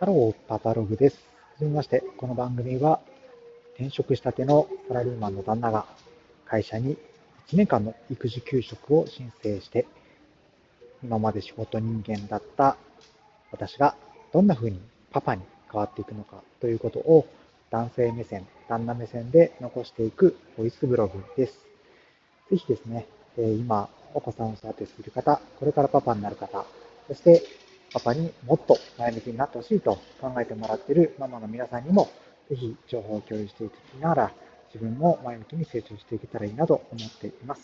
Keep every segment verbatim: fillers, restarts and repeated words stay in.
ハロー、パパログです。はじめまして。この番組は、転職したてのサラリーマンの旦那が、会社にいちねんかんの育児休職を申請して、今まで仕事人間だった私がどんな風にパパに変わっていくのかということを、男性目線、旦那目線で残していくボイスブログです。ぜひですね、今、お子さんを育てている方、これからパパになる方、そしてパパにもっと前向きになってほしいと考えてもらっているママの皆さんにも、ぜひ情報を共有していきながら、自分も前向きに成長していけたらいいなと思っています。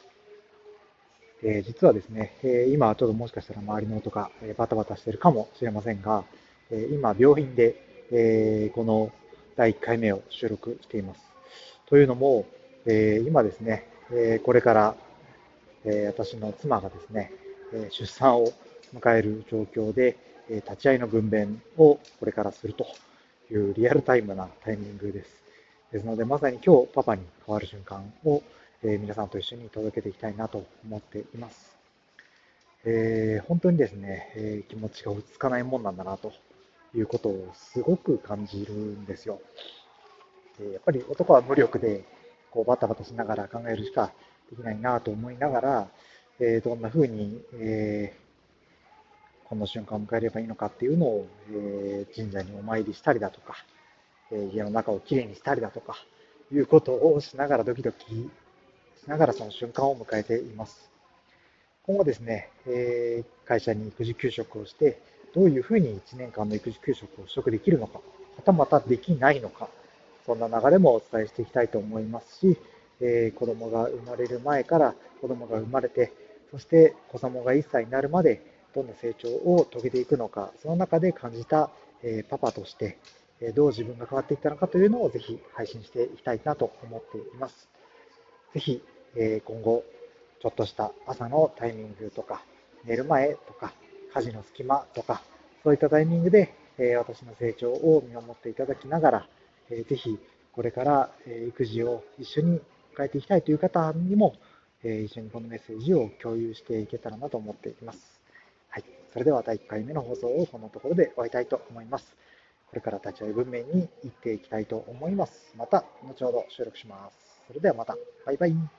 えー実はですね、えー今ちょっともしかしたら周りの音がえーバタバタしているかもしれませんが、えー今病院で、えーこのだいいっかいめを収録しています。というのも、えー今ですね、えーこれからえー私の妻がですね、えー出産を迎える状況で、えー立ち会いの分娩をこれからするというリアルタイムなタイミングです。ですので、まさに今日パパに変わる瞬間を、えー皆さんと一緒に届けていきたいなと思っています。えー本当にですね、えー気持ちが落ち着かないもんなんだなということをすごく感じるんですよ。でやっぱり男は無力でこうバタバタしながら考えるしかできないなと思いながら、えーどんな風に、えーこの瞬間を迎えればいいのかっていうのを、えー神社にお参りしたりだとか、えー家の中をきれいにしたりだとかいうことをしながらドキドキしながらその瞬間を迎えています。今後ですね、えー会社に育児休職をして、どういうふうにいちねんかんの育児休職を取得できるのか、はたまたできないのか、そんな流れもお伝えしていきたいと思いますし、えー子供が生まれる前から子供が生まれて、そして子供がいっさいになるまでどんな成長を遂げていくのか、その中で感じた、えーパパとして、えーどう自分が変わっていったのかというのをぜひ配信していきたいなと思っています。ぜひ、えー今後、ちょっとした朝のタイミングとか、寝る前とか、家事の隙間とか、そういったタイミングで、えー私の成長を見守っていただきながら、えーぜひ、これから、えー育児を一緒に変えていきたいという方にも、えー一緒にこのメッセージを共有していけたらなと思っています。はい。それではだいいっかいめの放送をこのところで終わりたいと思います。これから立ち会い文面に行っていきたいと思います。また、後ほど収録します。それではまた。バイバイ。